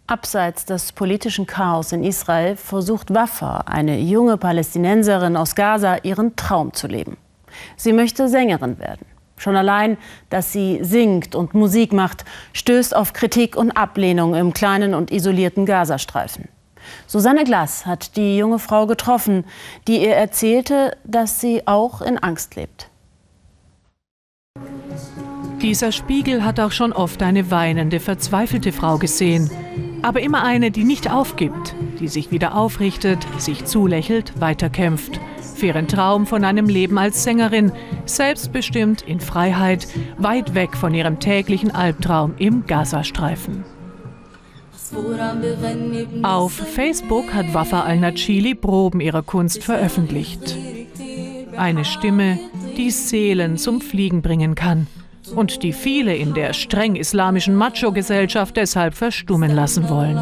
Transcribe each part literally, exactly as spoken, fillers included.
Abseits des politischen Chaos in Israel versucht Wafa, eine junge Palästinenserin aus Gaza, ihren Traum zu leben. Sie möchte Sängerin werden. Schon allein, dass sie singt und Musik macht, stößt auf Kritik und Ablehnung im kleinen und isolierten Gazastreifen. Susanne Glass hat die junge Frau getroffen, die ihr erzählte, dass sie auch in Angst lebt. Dieser Spiegel hat auch schon oft eine weinende, verzweifelte Frau gesehen. Aber immer eine, die nicht aufgibt, die sich wieder aufrichtet, sich zulächelt, weiterkämpft. Für ihren Traum von einem Leben als Sängerin, selbstbestimmt, in Freiheit, weit weg von ihrem täglichen Albtraum im Gazastreifen. Auf Facebook hat Wafa al-Nachili Proben ihrer Kunst veröffentlicht. Eine Stimme, die Seelen zum Fliegen bringen kann und die viele in der streng islamischen Macho-Gesellschaft deshalb verstummen lassen wollen.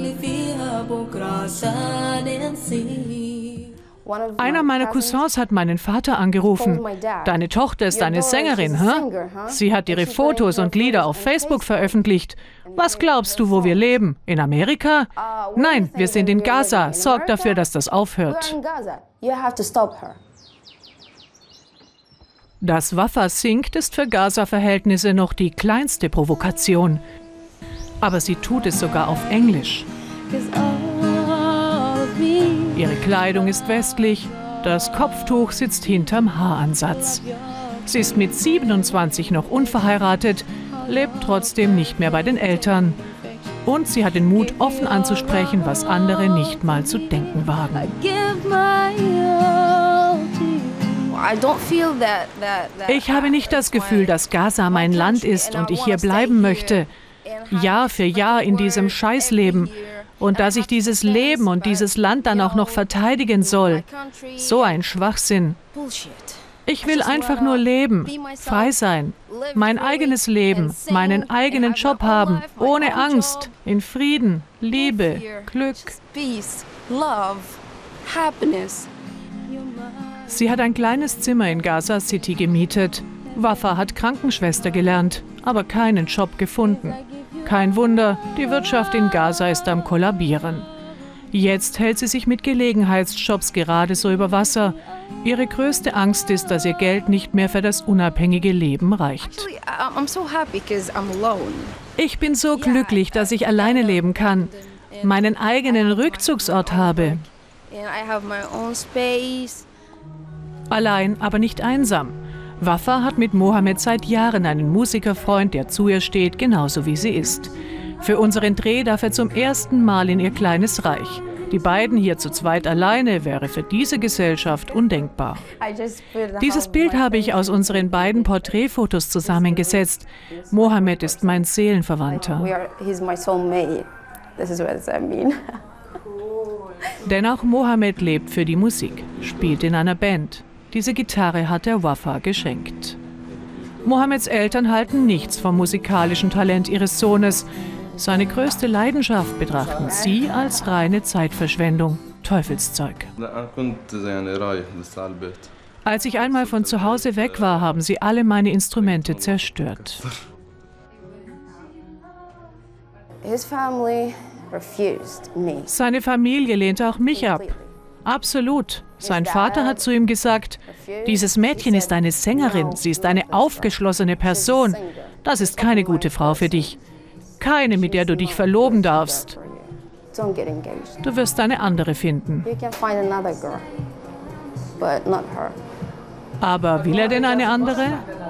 Einer meiner Cousins hat meinen Vater angerufen. Deine Tochter ist eine Sängerin, hä? Sie hat ihre Fotos und Lieder auf Facebook veröffentlicht. Was glaubst du, wo wir leben? In Amerika? Nein, wir sind in Gaza. Sorg dafür, dass das aufhört. Dass Wafa singt, ist für Gaza-Verhältnisse noch die kleinste Provokation. Aber sie tut es sogar auf Englisch. Ihre Kleidung ist westlich, das Kopftuch sitzt hinterm Haaransatz. Sie ist mit siebenundzwanzig noch unverheiratet, lebt trotzdem nicht mehr bei den Eltern. Und sie hat den Mut, offen anzusprechen, was andere nicht mal zu denken wagen. Ich habe nicht das Gefühl, dass Gaza mein Land ist und ich hier bleiben möchte. Jahr für Jahr in diesem Scheißleben. Und dass ich dieses Leben und dieses Land dann auch noch verteidigen soll. So ein Schwachsinn. Ich will einfach nur leben, frei sein, mein eigenes Leben, meinen eigenen Job haben, ohne Angst, in Frieden, Liebe, Glück. Sie hat ein kleines Zimmer in Gaza City gemietet. Wafa hat Krankenschwester gelernt, aber keinen Job gefunden. Kein Wunder, die Wirtschaft in Gaza ist am Kollabieren. Jetzt hält sie sich mit Gelegenheitsjobs gerade so über Wasser. Ihre größte Angst ist, dass ihr Geld nicht mehr für das unabhängige Leben reicht. Ich bin so glücklich, dass ich alleine leben kann, meinen eigenen Rückzugsort habe. Allein, aber nicht einsam. Wafa hat mit Mohammed seit Jahren einen Musikerfreund, der zu ihr steht, genauso wie sie ist. Für unseren Dreh darf er zum ersten Mal in ihr kleines Reich. Die beiden hier zu zweit alleine wäre für diese Gesellschaft undenkbar. Dieses Bild habe ich aus unseren beiden Porträtfotos zusammengesetzt. Mohammed ist mein Seelenverwandter. Denn auch Mohammed lebt für die Musik, spielt in einer Band. Diese Gitarre hat er Wafa geschenkt. Mohammeds Eltern halten nichts vom musikalischen Talent ihres Sohnes. Seine größte Leidenschaft betrachten sie als reine Zeitverschwendung, Teufelszeug. Als ich einmal von zu Hause weg war, haben sie alle meine Instrumente zerstört. Seine Familie lehnte auch mich ab. Absolut. Sein Vater hat zu ihm gesagt, dieses Mädchen ist eine Sängerin, sie ist eine aufgeschlossene Person. Das ist keine gute Frau für dich. Keine, mit der du dich verloben darfst. Du wirst eine andere finden. Aber will er denn eine andere?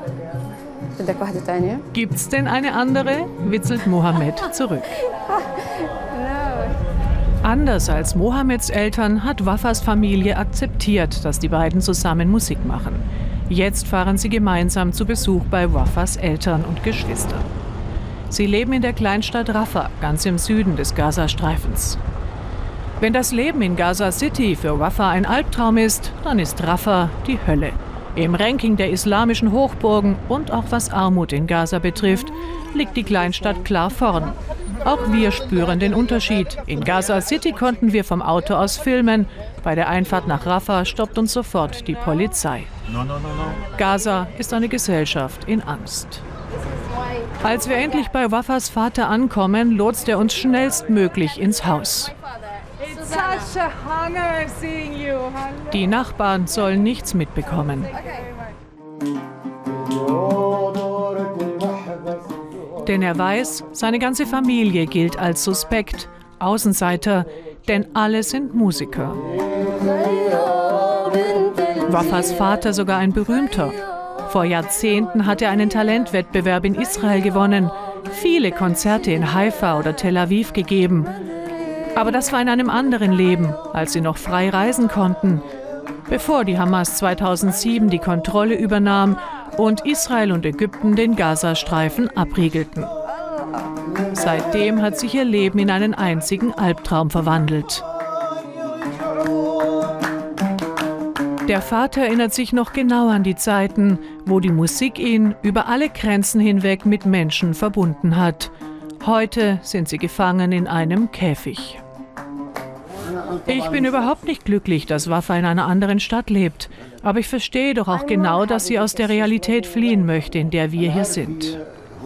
Gibt's denn eine andere? Witzelt Mohammed zurück. Anders als Mohammeds Eltern hat Wafas Familie akzeptiert, dass die beiden zusammen Musik machen. Jetzt fahren sie gemeinsam zu Besuch bei Wafas Eltern und Geschwistern. Sie leben in der Kleinstadt Rafah, ganz im Süden des Gazastreifens. Wenn das Leben in Gaza City für Wafa ein Albtraum ist, dann ist Rafah die Hölle. Im Ranking der islamischen Hochburgen und auch was Armut in Gaza betrifft, liegt die Kleinstadt klar vorn. Auch wir spüren den Unterschied. In Gaza City konnten wir vom Auto aus filmen. Bei der Einfahrt nach Rafah stoppt uns sofort die Polizei. Gaza ist eine Gesellschaft in Angst. Als wir endlich bei Wafas Vater ankommen, lotst er uns schnellstmöglich ins Haus. Die Nachbarn sollen nichts mitbekommen. Denn er weiß, seine ganze Familie gilt als suspekt, Außenseiter, denn alle sind Musiker. Wafas Vater sogar ein berühmter. Vor Jahrzehnten hat er einen Talentwettbewerb in Israel gewonnen, viele Konzerte in Haifa oder Tel Aviv gegeben. Aber das war in einem anderen Leben, als sie noch frei reisen konnten, bevor die Hamas zweitausendsieben die Kontrolle übernahm und Israel und Ägypten den Gazastreifen abriegelten. Seitdem hat sich ihr Leben in einen einzigen Albtraum verwandelt. Der Vater erinnert sich noch genau an die Zeiten, wo die Musik ihn über alle Grenzen hinweg mit Menschen verbunden hat. Heute sind sie gefangen in einem Käfig. Ich bin überhaupt nicht glücklich, dass Wafa in einer anderen Stadt lebt. Aber ich verstehe doch auch genau, dass sie aus der Realität fliehen möchte, in der wir hier sind.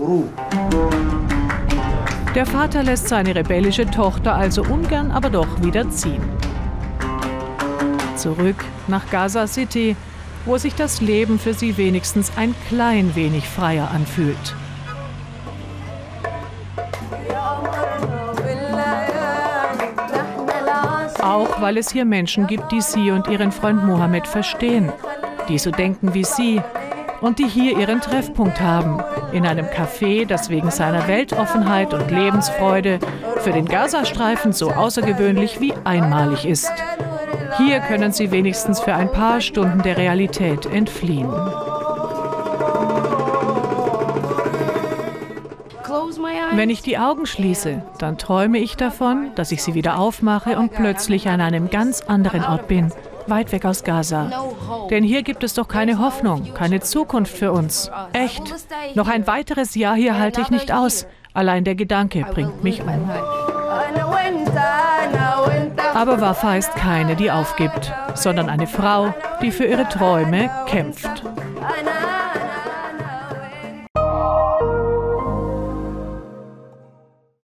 Der Vater lässt seine rebellische Tochter also ungern, aber doch wieder ziehen. Zurück nach Gaza City, wo sich das Leben für sie wenigstens ein klein wenig freier anfühlt. Auch weil es hier Menschen gibt, die sie und ihren Freund Mohammed verstehen, die so denken wie sie und die hier ihren Treffpunkt haben, in einem Café, das wegen seiner Weltoffenheit und Lebensfreude für den Gazastreifen so außergewöhnlich wie einmalig ist. Hier können sie wenigstens für ein paar Stunden der Realität entfliehen. Wenn ich die Augen schließe, dann träume ich davon, dass ich sie wieder aufmache und plötzlich an einem ganz anderen Ort bin, weit weg aus Gaza. Denn hier gibt es doch keine Hoffnung, keine Zukunft für uns. Echt. Noch ein weiteres Jahr hier halte ich nicht aus. Allein der Gedanke bringt mich um. Aber Wafa ist keine, die aufgibt, sondern eine Frau, die für ihre Träume kämpft.